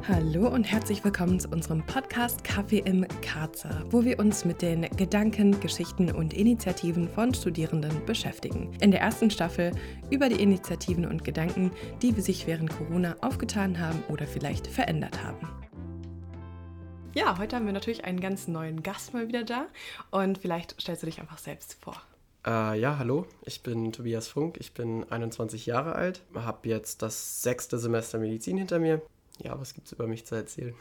Hallo und herzlich willkommen zu unserem Podcast Kaffee im Karzer, wo wir uns mit den Gedanken, Geschichten und Initiativen von Studierenden beschäftigen. In der ersten Staffel über die Initiativen und Gedanken, die sich während Corona aufgetan haben oder vielleicht verändert haben. Ja, heute haben wir natürlich einen ganz neuen Gast mal wieder da und vielleicht stellst du dich einfach selbst vor. Hallo, ich bin Tobias Funk, ich bin 21 Jahre alt, habe jetzt das 6. Semester Medizin hinter mir. Ja, was gibt's über mich zu erzählen?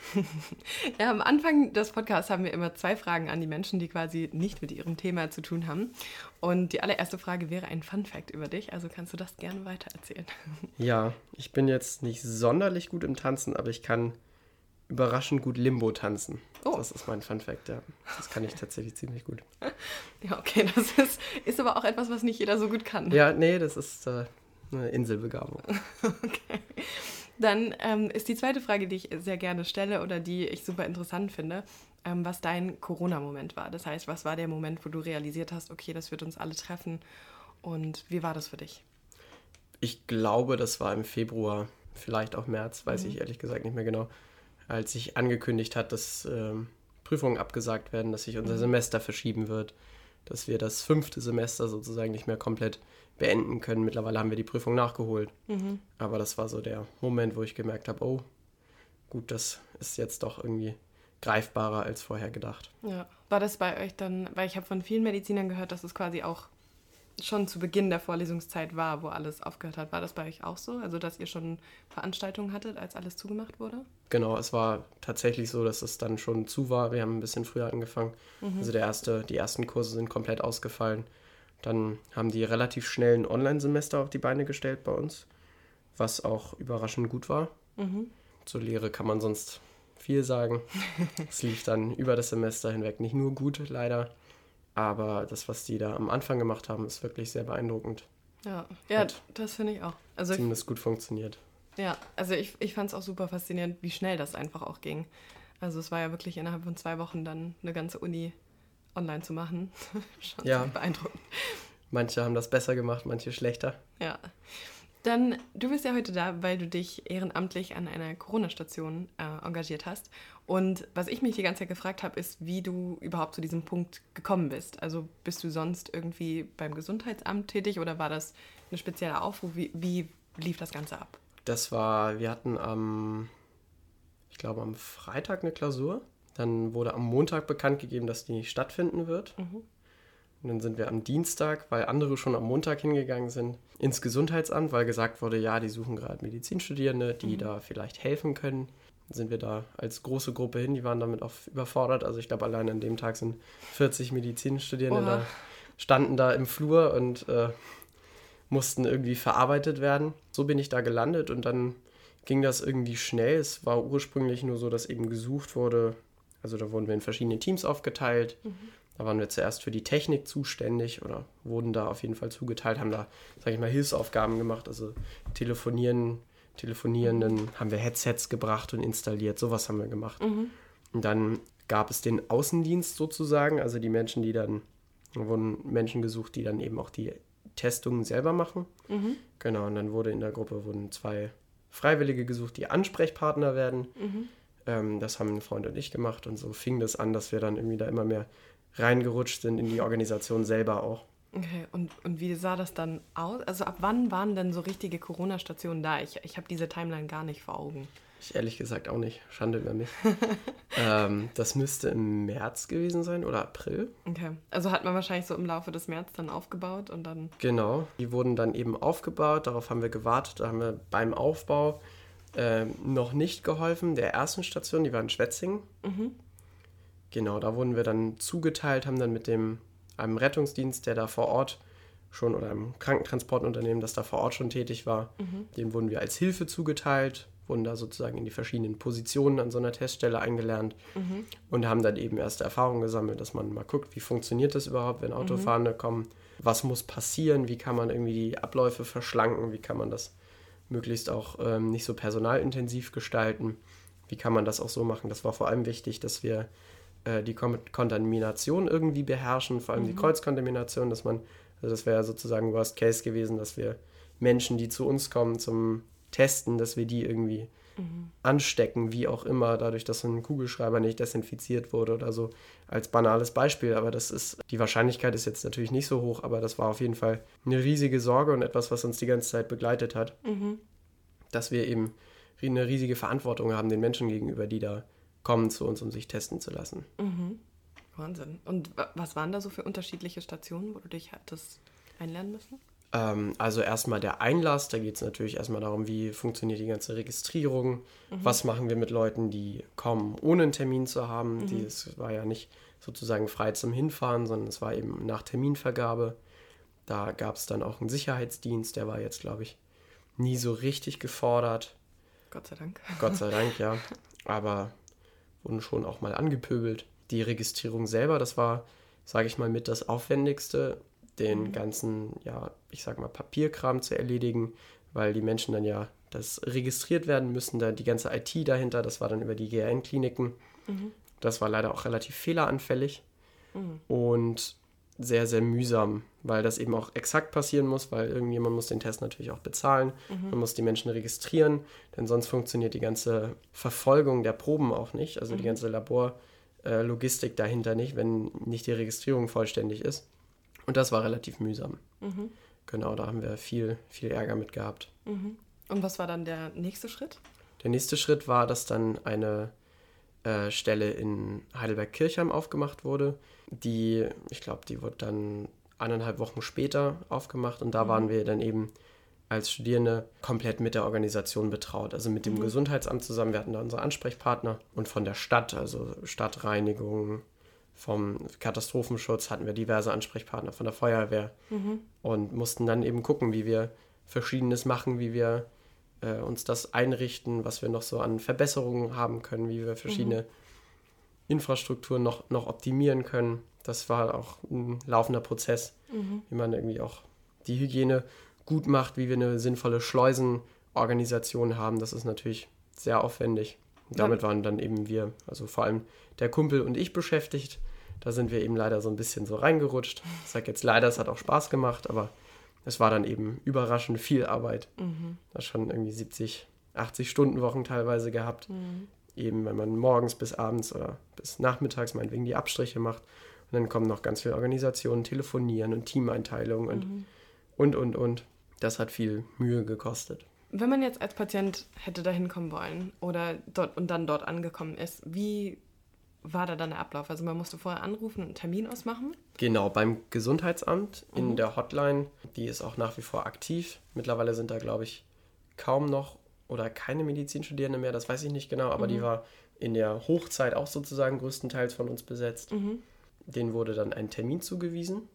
Ja, am Anfang des Podcasts haben wir immer 2 Fragen an die Menschen, die quasi nicht mit ihrem Thema zu tun haben. Und die allererste Frage wäre ein Fun-Fact über dich, also kannst du das gerne weitererzählen. Ja, ich bin jetzt nicht sonderlich gut im Tanzen, aber ich kann überraschend gut Limbo tanzen. Oh. Das ist mein Fun-Fact, ja. Das kann ich tatsächlich ziemlich gut. Ja, okay, das ist aber auch etwas, was nicht jeder so gut kann. Ja, nee, das ist eine Inselbegabung. Okay. Dann ist die zweite Frage, die ich sehr gerne stelle oder die ich super interessant finde, was dein Corona-Moment war. Das heißt, was war der Moment, wo du realisiert hast, okay, das wird uns alle treffen und wie war das für dich? Ich glaube, das war im Februar, vielleicht auch März, weiß ich ehrlich gesagt nicht mehr genau, als sich angekündigt hat, dass Prüfungen abgesagt werden, dass sich unser Semester verschieben wird, dass wir das 5. Semester sozusagen nicht mehr komplett beenden können. Mittlerweile haben wir die Prüfung nachgeholt. Aber das war so der Moment, wo ich gemerkt habe, oh, gut, das ist jetzt doch irgendwie greifbarer als vorher gedacht. Ja, war das bei euch dann, weil ich habe von vielen Medizinern gehört, dass es quasi auch schon zu Beginn der Vorlesungszeit war, wo alles aufgehört hat. War das bei euch auch so? Also, dass ihr schon Veranstaltungen hattet, als alles zugemacht wurde? Genau, es war tatsächlich so, dass es dann schon zu war. Wir haben ein bisschen früher angefangen. Also die ersten Kurse sind komplett ausgefallen. Dann haben die relativ schnell ein Online-Semester auf die Beine gestellt bei uns, was auch überraschend gut war. Zur Lehre kann man sonst viel sagen. Es lief dann über das Semester hinweg nicht nur gut, leider. Aber das, was die da am Anfang gemacht haben, ist wirklich sehr beeindruckend. Ja, Hat das finde ich auch. Also zumindest gut funktioniert. Ja, also ich fand es auch super faszinierend, wie schnell das einfach auch ging. Also es war ja wirklich innerhalb von 2 Wochen dann eine ganze Uni online zu machen. Schon Ja. sehr beeindruckend. Manche haben das besser gemacht, manche schlechter. Ja. Dann, du bist ja heute da, weil du dich ehrenamtlich an einer Corona-Station engagiert hast. Und was ich mich die ganze Zeit gefragt habe, ist, wie du überhaupt zu diesem Punkt gekommen bist. Also bist du sonst irgendwie beim Gesundheitsamt tätig oder war das ein spezieller Aufruf? Wie lief das Ganze ab? Wir hatten am Freitag eine Klausur. Dann wurde am Montag bekannt gegeben, dass die nicht stattfinden wird. Und dann sind wir am Dienstag, weil andere schon am Montag hingegangen sind, ins Gesundheitsamt, weil gesagt wurde, ja, die suchen gerade Medizinstudierende, die da vielleicht helfen können. Dann sind wir da als große Gruppe hin, die waren damit auch überfordert. Also ich glaube, allein an dem Tag sind 40 Medizinstudierende da, standen da im Flur und mussten irgendwie verarbeitet werden. So bin ich da gelandet und dann ging das irgendwie schnell. Es war ursprünglich nur so, dass eben gesucht wurde. Also da wurden wir in verschiedene Teams aufgeteilt. Da waren wir zuerst für die Technik zuständig oder wurden da auf jeden Fall zugeteilt, haben da, sage ich mal, Hilfsaufgaben gemacht. Also Telefonieren, dann haben wir Headsets gebracht und installiert. Sowas haben wir gemacht. Und dann gab es den Außendienst sozusagen, also da wurden Menschen gesucht, die dann eben auch die Testungen selber machen. Genau, und dann wurden 2 Freiwillige gesucht, die Ansprechpartner werden. Das haben ein Freund und ich gemacht und so fing das an, dass wir dann irgendwie da immer mehr reingerutscht sind in die Organisation selber auch. Okay, und wie sah das dann aus? Also ab wann waren denn so richtige Corona-Stationen da? Ich habe diese Timeline gar nicht vor Augen. Ich ehrlich gesagt auch nicht. Schande über mich. Das müsste im März gewesen sein oder April. Okay, also hat man wahrscheinlich so im Laufe des März dann aufgebaut und dann... Genau, die wurden dann eben aufgebaut, darauf haben wir gewartet. Da haben wir beim Aufbau noch nicht geholfen. Der ersten Station, die war in Schwetzingen. Genau, da wurden wir dann zugeteilt, haben dann mit einem Rettungsdienst, der da vor Ort schon, oder einem Krankentransportunternehmen, das da vor Ort schon tätig war, dem wurden wir als Hilfe zugeteilt, wurden da sozusagen in die verschiedenen Positionen an so einer Teststelle eingelernt und haben dann eben erste Erfahrungen gesammelt, dass man mal guckt, wie funktioniert das überhaupt, wenn Autofahrende kommen, was muss passieren, wie kann man irgendwie die Abläufe verschlanken, wie kann man das möglichst auch nicht so personalintensiv gestalten, wie kann man das auch so machen. Das war vor allem wichtig, dass wir die Kontamination irgendwie beherrschen, vor allem die Kreuzkontamination, das wäre sozusagen Worst Case gewesen, dass wir Menschen, die zu uns kommen zum Testen, dass wir die irgendwie anstecken, wie auch immer, dadurch, dass ein Kugelschreiber nicht desinfiziert wurde oder so, als banales Beispiel. Aber die Wahrscheinlichkeit ist jetzt natürlich nicht so hoch, aber das war auf jeden Fall eine riesige Sorge und etwas, was uns die ganze Zeit begleitet hat, dass wir eben eine riesige Verantwortung haben den Menschen gegenüber, die da kommen zu uns, um sich testen zu lassen. Wahnsinn. Und was waren da so für unterschiedliche Stationen, wo du dich hattest einlernen müssen? Also erstmal der Einlass, da geht es natürlich erstmal darum, wie funktioniert die ganze Registrierung, was machen wir mit Leuten, die kommen, ohne einen Termin zu haben. Das war ja nicht sozusagen frei zum Hinfahren, sondern es war eben nach Terminvergabe. Da gab es dann auch einen Sicherheitsdienst, der war jetzt, glaube ich, nie so richtig gefordert. Gott sei Dank. Gott sei Dank, ja. Aber wurden schon auch mal angepöbelt. Die Registrierung selber, das war, sage ich mal, mit das Aufwendigste, den ganzen, ja, ich sag mal, Papierkram zu erledigen, weil die Menschen dann ja das registriert werden müssen, da die ganze IT dahinter, das war dann über die GRN-Kliniken. Das war leider auch relativ fehleranfällig und sehr, sehr mühsam, weil das eben auch exakt passieren muss, weil irgendjemand muss den Test natürlich auch bezahlen, man muss die Menschen registrieren, denn sonst funktioniert die ganze Verfolgung der Proben auch nicht, also die ganze Laborlogistik dahinter nicht, wenn nicht die Registrierung vollständig ist. Und das war relativ mühsam. Genau, da haben wir viel, viel Ärger mit gehabt. Und was war dann der nächste Schritt? Der nächste Schritt war, dass dann eine Stelle in Heidelberg-Kirchheim aufgemacht wurde. Ich glaube, die wurde dann 1,5 Wochen später aufgemacht und da waren wir dann eben als Studierende komplett mit der Organisation betraut. Also mit dem Gesundheitsamt zusammen, wir hatten da unsere Ansprechpartner und von der Stadt, also Stadtreinigung, vom Katastrophenschutz hatten wir diverse Ansprechpartner, von der Feuerwehr und mussten dann eben gucken, wie wir Verschiedenes machen, wie wir uns das einrichten, was wir noch so an Verbesserungen haben können, wie wir verschiedene Infrastrukturen noch optimieren können. Das war auch ein laufender Prozess, wie man irgendwie auch die Hygiene gut macht, wie wir eine sinnvolle Schleusenorganisation haben. Das ist natürlich sehr aufwendig. Und damit waren dann eben wir, also vor allem der Kumpel und ich beschäftigt. Da sind wir eben leider so ein bisschen so reingerutscht. Ich sage jetzt leider, es hat auch Spaß gemacht, aber es war dann eben überraschend viel Arbeit. Da schon irgendwie 70, 80 Stunden Wochen teilweise gehabt. Eben wenn man morgens bis abends oder bis nachmittags meinetwegen die Abstriche macht. Und dann kommen noch ganz viele Organisationen, Telefonieren und Teameinteilung und. Das hat viel Mühe gekostet. Wenn man jetzt als Patient hätte da hinkommen wollen oder dann dort angekommen ist, wie war da dann der Ablauf? Also man musste vorher anrufen und einen Termin ausmachen? Genau, beim Gesundheitsamt in der Hotline, die ist auch nach wie vor aktiv. Mittlerweile sind da, glaube ich, kaum noch oder keine Medizinstudierende mehr, das weiß ich nicht genau, aber die war in der Hochzeit auch sozusagen größtenteils von uns besetzt. Denen wurde dann ein Termin zugewiesen,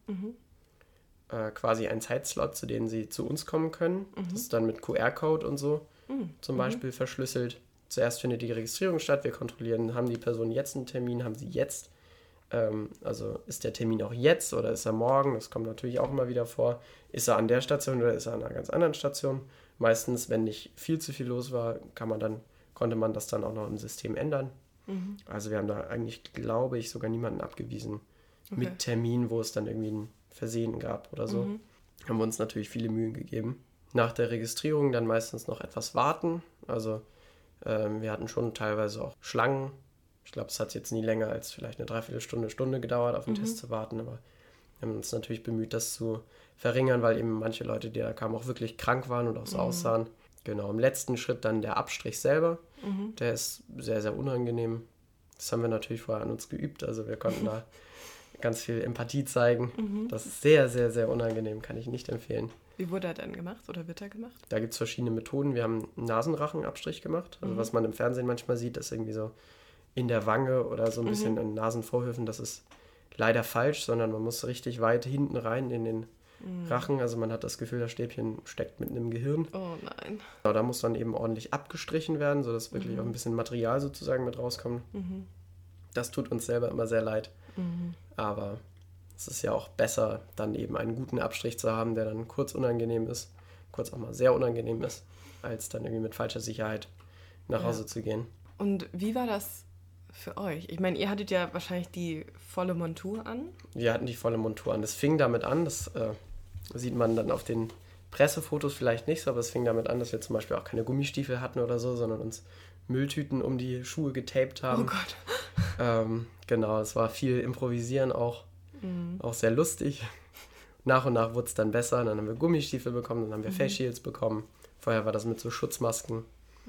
quasi ein Zeitslot, zu dem sie zu uns kommen können. Das ist dann mit QR-Code und so zum Beispiel verschlüsselt. Zuerst findet die Registrierung statt, wir kontrollieren, haben die Personen jetzt einen Termin, haben sie jetzt, also ist der Termin auch jetzt oder ist er morgen, das kommt natürlich auch immer wieder vor, ist er an der Station oder ist er an einer ganz anderen Station. Meistens, wenn nicht viel zu viel los war, konnte man das dann auch noch im System ändern. Also wir haben da eigentlich, glaube ich, sogar niemanden abgewiesen mit Termin, wo es dann irgendwie ein Versehen gab oder so. Haben wir uns natürlich viele Mühen gegeben. Nach der Registrierung dann meistens noch etwas warten, also wir hatten schon teilweise auch Schlangen. Ich glaube, es hat jetzt nie länger als vielleicht eine Dreiviertelstunde gedauert, auf den Test zu warten. Aber wir haben uns natürlich bemüht, das zu verringern, weil eben manche Leute, die da kamen, auch wirklich krank waren und auch so aussahen. Genau, im letzten Schritt dann der Abstrich selber. Der ist sehr, sehr unangenehm. Das haben wir natürlich vorher an uns geübt. Also wir konnten da ganz viel Empathie zeigen. Das ist sehr, sehr, sehr unangenehm, kann ich nicht empfehlen. Wie wurde er denn gemacht oder wird er gemacht? Da gibt es verschiedene Methoden. Wir haben einen Nasenrachenabstrich gemacht. Also was man im Fernsehen manchmal sieht, ist irgendwie so in der Wange oder so ein bisschen in Nasenvorhöfen. Das ist leider falsch, sondern man muss richtig weit hinten rein in den Rachen. Also man hat das Gefühl, das Stäbchen steckt mitten im Gehirn. Oh nein. Aber da muss dann eben ordentlich abgestrichen werden, sodass wirklich auch ein bisschen Material sozusagen mit rauskommt. Das tut uns selber immer sehr leid. Aber es ist ja auch besser, dann eben einen guten Abstrich zu haben, der dann kurz unangenehm ist, kurz auch mal sehr unangenehm ist, als dann irgendwie mit falscher Sicherheit nach Hause zu gehen. Und wie war das für euch? Ich meine, ihr hattet ja wahrscheinlich die volle Montur an. Wir hatten die volle Montur an. Das fing damit an, das sieht man dann auf den Pressefotos vielleicht nicht so, aber es fing damit an, dass wir zum Beispiel auch keine Gummistiefel hatten oder so, sondern uns Mülltüten um die Schuhe getaped haben. Oh Gott. Genau, es war viel Improvisieren auch sehr lustig. Nach und nach wurde es dann besser, dann haben wir Gummistiefel bekommen, dann haben wir Face Shields bekommen. Vorher war das mit so Schutzmasken.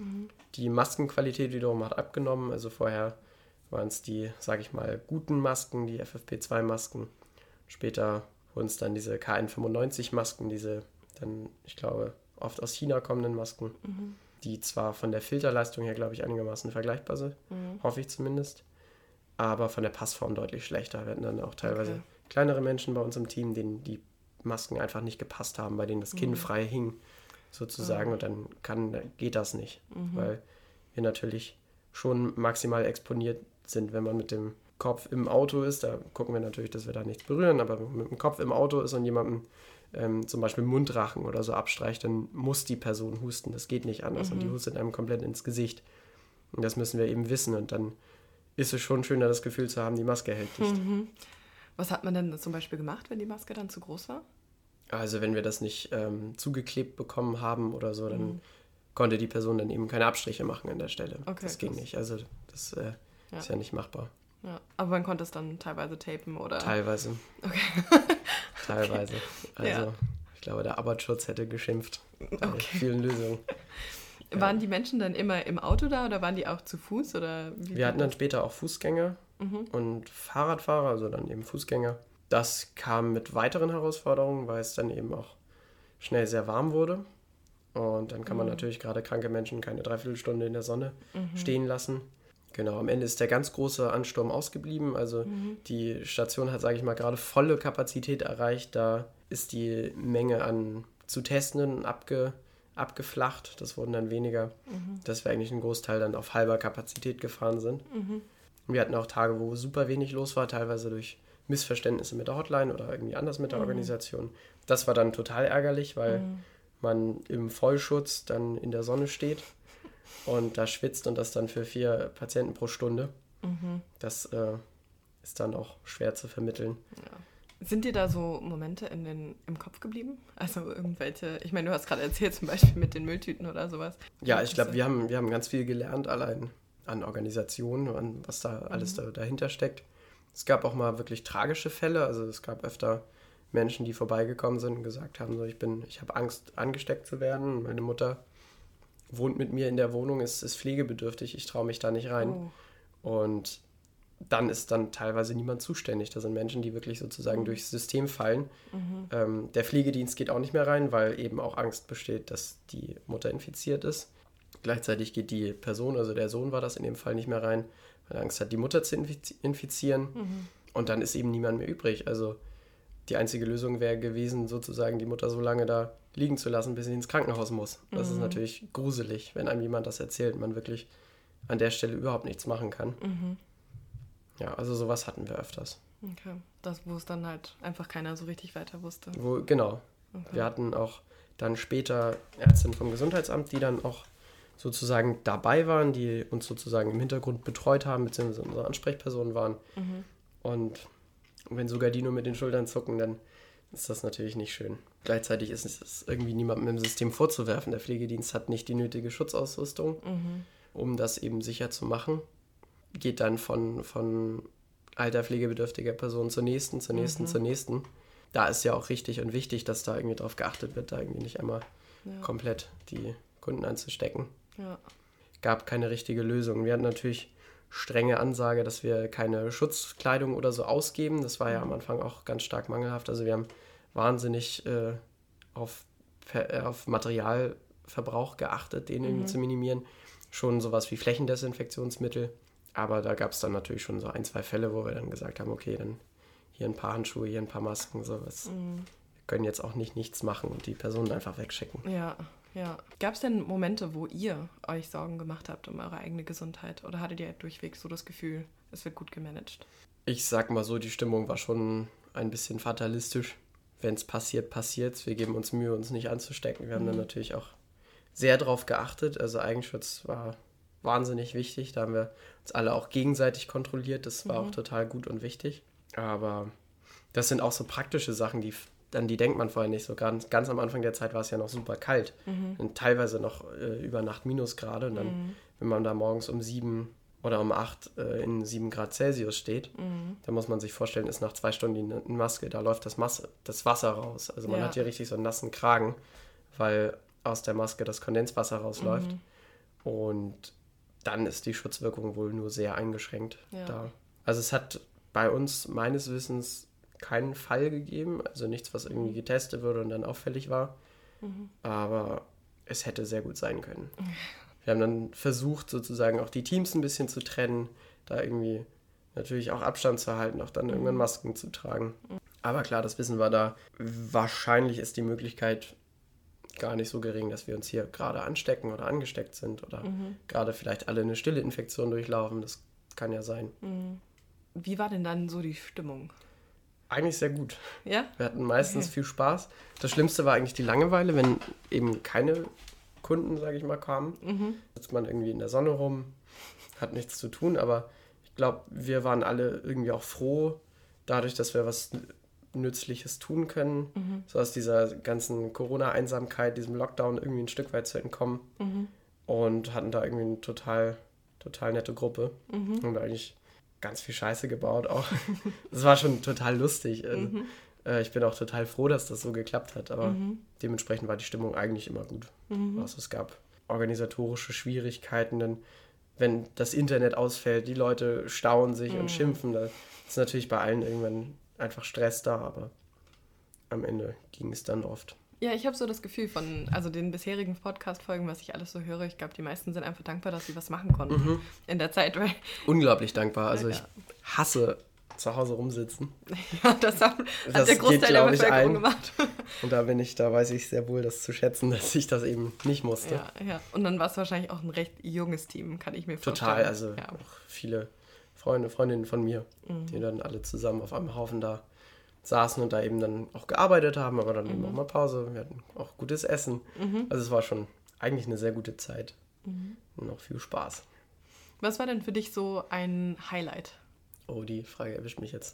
Die Maskenqualität wiederum hat abgenommen, also vorher waren es die, sage ich mal, guten Masken, die FFP2-Masken. Später wurden es dann diese KN95-Masken, diese dann, ich glaube, oft aus China kommenden Masken, die zwar von der Filterleistung her, glaube ich, einigermaßen vergleichbar sind, hoffe ich zumindest, aber von der Passform deutlich schlechter. Wir hatten dann auch teilweise kleinere Menschen bei uns im Team, denen die Masken einfach nicht gepasst haben, bei denen das Kinn frei hing, sozusagen, und dann geht das nicht, weil wir natürlich schon maximal exponiert sind, wenn man mit dem Kopf im Auto ist. Da gucken wir natürlich, dass wir da nichts berühren, aber wenn man mit dem Kopf im Auto ist und jemandem zum Beispiel Mundrachen oder so abstreicht, dann muss die Person husten. Das geht nicht anders und die hustet einem komplett ins Gesicht. Und das müssen wir eben wissen und dann ist es schon schöner, das Gefühl zu haben, die Maske hält dicht. Was hat man denn zum Beispiel gemacht, wenn die Maske dann zu groß war? Also wenn wir das nicht zugeklebt bekommen haben oder so, dann konnte die Person dann eben keine Abstriche machen an der Stelle. Okay, das ging nicht. Also das ist ja nicht machbar. Ja, aber man konnte es dann teilweise tapen, oder? Teilweise. Okay. Teilweise. Also ich glaube, der Arbeitsschutz hätte geschimpft bei vielen Lösungen. Waren die Menschen dann immer im Auto da oder waren die auch zu Fuß? Oder wir hatten dann später auch Fußgänger und Fahrradfahrer, also dann eben Fußgänger. Das kam mit weiteren Herausforderungen, weil es dann eben auch schnell sehr warm wurde. Und dann kann man natürlich gerade kranke Menschen keine Dreiviertelstunde in der Sonne stehen lassen. Genau, am Ende ist der ganz große Ansturm ausgeblieben. Also die Station hat, sage ich mal, gerade volle Kapazität erreicht. Da ist die Menge an zu Testenden abgeflacht. Das wurden dann weniger, dass wir eigentlich einen Großteil dann auf halber Kapazität gefahren sind. Wir hatten auch Tage, wo super wenig los war, teilweise durch Missverständnisse mit der Hotline oder irgendwie anders mit der Organisation. Das war dann total ärgerlich, weil man im Vollschutz dann in der Sonne steht und da schwitzt und das dann für 4 Patienten pro Stunde. Das ist dann auch schwer zu vermitteln. Ja. Sind dir da so Momente im Kopf geblieben? Also irgendwelche, ich meine, du hast gerade erzählt, zum Beispiel mit den Mülltüten oder sowas. Ja, ich glaube, wir haben ganz viel gelernt, allein an Organisationen, an was da alles dahinter steckt. Es gab auch mal wirklich tragische Fälle, also es gab öfter Menschen, die vorbeigekommen sind und gesagt haben, so, ich habe Angst, angesteckt zu werden. Meine Mutter wohnt mit mir in der Wohnung, ist pflegebedürftig, ich traue mich da nicht rein. Und dann ist dann teilweise niemand zuständig. Da sind Menschen, die wirklich sozusagen durchs System fallen. Der Pflegedienst geht auch nicht mehr rein, weil eben auch Angst besteht, dass die Mutter infiziert ist. Gleichzeitig geht die Person, also der Sohn war das in dem Fall, nicht mehr rein, weil er Angst hat, die Mutter zu infizieren. Und dann ist eben niemand mehr übrig. Also die einzige Lösung wäre gewesen, sozusagen die Mutter so lange da liegen zu lassen, bis sie ins Krankenhaus muss. Das ist natürlich gruselig, wenn einem jemand das erzählt und man wirklich an der Stelle überhaupt nichts machen kann. Ja, also sowas hatten wir öfters. Okay, das, wo es dann halt einfach keiner so richtig weiter wusste. Genau. Okay. Wir hatten auch dann später Ärztinnen vom Gesundheitsamt, die dann auch sozusagen dabei waren, die uns sozusagen im Hintergrund betreut haben, beziehungsweise unsere Ansprechpersonen waren. Und wenn sogar die nur mit den Schultern zucken, dann ist das natürlich nicht schön. Gleichzeitig ist es irgendwie niemandem im System vorzuwerfen. Der Pflegedienst hat nicht die nötige Schutzausrüstung, um das eben sicher zu machen. Geht dann von alter pflegebedürftiger Person zur nächsten. Da ist ja auch richtig und wichtig, dass da irgendwie drauf geachtet wird, da irgendwie nicht einmal komplett die Kunden anzustecken. Ja. Gab keine richtige Lösung. Wir hatten natürlich strenge Ansage, dass wir keine Schutzkleidung oder so ausgeben. Das war ja am Anfang auch ganz stark mangelhaft. Also wir haben wahnsinnig auf Materialverbrauch geachtet, den irgendwie zu minimieren. Schon sowas wie Flächendesinfektionsmittel. Aber da gab es dann natürlich schon so 1, 2 Fälle, wo wir dann gesagt haben, okay, dann hier ein paar Handschuhe, hier ein paar Masken, sowas. Wir können jetzt auch nichts machen und die Personen einfach wegschicken. Ja. Gab es denn Momente, wo ihr euch Sorgen gemacht habt um eure eigene Gesundheit? Oder hattet ihr durchweg so das Gefühl, es wird gut gemanagt? Ich sag mal so, die Stimmung war schon ein bisschen fatalistisch. Wenn es passiert, passiert's. Wir geben uns Mühe, uns nicht anzustecken. Wir haben dann natürlich auch sehr drauf geachtet. Also Eigenschutz war wahnsinnig wichtig. Da haben wir uns alle auch gegenseitig kontrolliert. Das war auch total gut und wichtig. Aber das sind auch so praktische Sachen, die an die denkt man vorher nicht so. Ganz am Anfang der Zeit war es ja noch super kalt. Und teilweise noch über Nacht Minusgrade. Und dann, wenn man da morgens um 7 oder um 8 in 7 Grad Celsius steht, dann muss man sich vorstellen, ist nach 2 Stunden die Maske, da läuft das Wasser raus. Also man hat hier richtig so einen nassen Kragen, weil aus der Maske das Kondenswasser rausläuft. Und dann ist die Schutzwirkung wohl nur sehr eingeschränkt da. Also es hat bei uns meines Wissens keinen Fall gegeben, also nichts, was irgendwie getestet wurde und dann auffällig war. Aber es hätte sehr gut sein können. Wir haben dann versucht, sozusagen auch die Teams ein bisschen zu trennen, da irgendwie natürlich auch Abstand zu halten, auch dann irgendwann Masken zu tragen. Aber klar, das Wissen war da. Wahrscheinlich ist die Möglichkeit gar nicht so gering, dass wir uns hier gerade anstecken oder angesteckt sind oder gerade vielleicht alle eine stille Infektion durchlaufen. Das kann ja sein. Wie war denn dann so die Stimmung? Eigentlich sehr gut. Ja? Wir hatten meistens viel Spaß. Das Schlimmste war eigentlich die Langeweile, wenn eben keine Kunden, sage ich mal, kamen. Sitzt man irgendwie in der Sonne rum, hat nichts zu tun, aber ich glaube, wir waren alle irgendwie auch froh, dadurch, dass wir was Nützliches tun können, so aus dieser ganzen Corona-Einsamkeit, diesem Lockdown irgendwie ein Stück weit zu entkommen und hatten da irgendwie eine total nette Gruppe und eigentlich ganz viel Scheiße gebaut auch. Das war schon total lustig. Also, ich bin auch total froh, dass das so geklappt hat, aber dementsprechend war die Stimmung eigentlich immer gut. Also es gab organisatorische Schwierigkeiten, denn wenn das Internet ausfällt, die Leute stauen sich und schimpfen, da ist natürlich bei allen irgendwann einfach Stress da, aber am Ende ging es dann oft. Ja, ich habe so das Gefühl von den bisherigen Podcast-Folgen, was ich alles so höre, ich glaube, die meisten sind einfach dankbar, dass sie was machen konnten in der Zeit. Weil unglaublich dankbar. Also ich hasse zu Hause rumsitzen. Ja, das hat der Großteil der Bevölkerung gemacht. Und da weiß ich sehr wohl, das zu schätzen, dass ich das eben nicht musste. Ja. Und dann war es wahrscheinlich auch ein recht junges Team, kann ich mir vorstellen. Total, also auch viele Freundinnen von mir, die dann alle zusammen auf einem Haufen da saßen und da eben dann auch gearbeitet haben, aber dann eben auch mal Pause. Wir hatten auch gutes Essen. Also es war schon eigentlich eine sehr gute Zeit und auch viel Spaß. Was war denn für dich so ein Highlight? Oh, die Frage erwischt mich jetzt.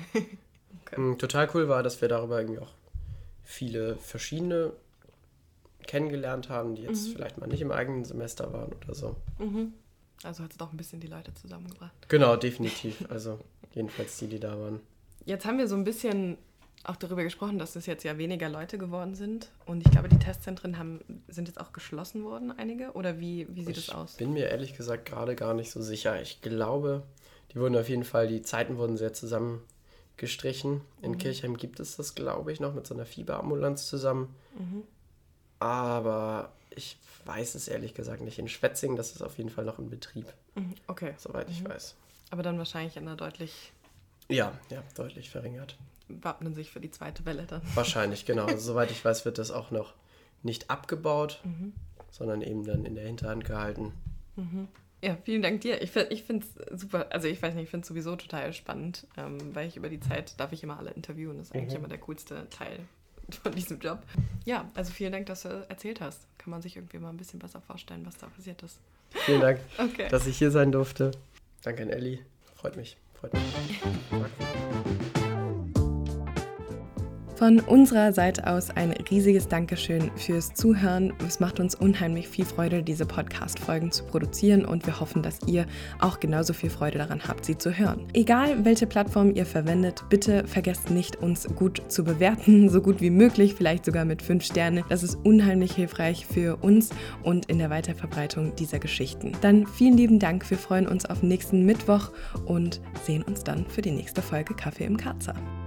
Okay. Total cool war, dass wir darüber irgendwie auch viele verschiedene kennengelernt haben, die jetzt vielleicht mal nicht im eigenen Semester waren oder so. Also hat es doch ein bisschen die Leute zusammengebracht. Genau, definitiv. Also jedenfalls die da waren. Jetzt haben wir so ein bisschen auch darüber gesprochen, dass es jetzt ja weniger Leute geworden sind. Und ich glaube, die Testzentren sind jetzt auch geschlossen worden, einige? Oder wie sieht es aus? Ich bin mir ehrlich gesagt gerade gar nicht so sicher. Ich glaube, die Zeiten wurden sehr zusammengestrichen. In Kirchheim gibt es das, glaube ich, noch mit so einer Fieberambulanz zusammen. Aber ich weiß es ehrlich gesagt nicht. In Schwetzingen, das ist auf jeden Fall noch in Betrieb. Okay. Soweit ich weiß. Aber dann wahrscheinlich in einer deutlich verringert. Wappnen sich für die zweite Welle dann. Wahrscheinlich, genau. Also, soweit ich weiß, wird das auch noch nicht abgebaut, sondern eben dann in der Hinterhand gehalten. Ja, vielen Dank dir. Ich finde es super, also ich weiß nicht, ich finde es sowieso total spannend, weil ich über die Zeit darf ich immer alle interviewen. Das ist eigentlich immer der coolste Teil von diesem Job. Ja, also vielen Dank, dass du erzählt hast. Kann man sich irgendwie mal ein bisschen besser vorstellen, was da passiert ist. Vielen Dank, dass ich hier sein durfte. Danke an Elli. Freut mich. Von unserer Seite aus ein riesiges Dankeschön fürs Zuhören. Es macht uns unheimlich viel Freude, diese Podcast-Folgen zu produzieren und wir hoffen, dass ihr auch genauso viel Freude daran habt, sie zu hören. Egal, welche Plattform ihr verwendet, bitte vergesst nicht, uns gut zu bewerten, so gut wie möglich, vielleicht sogar mit 5 Sternen. Das ist unheimlich hilfreich für uns und in der Weiterverbreitung dieser Geschichten. Dann vielen lieben Dank, wir freuen uns auf nächsten Mittwoch und sehen uns dann für die nächste Folge Kaffee im Karzer.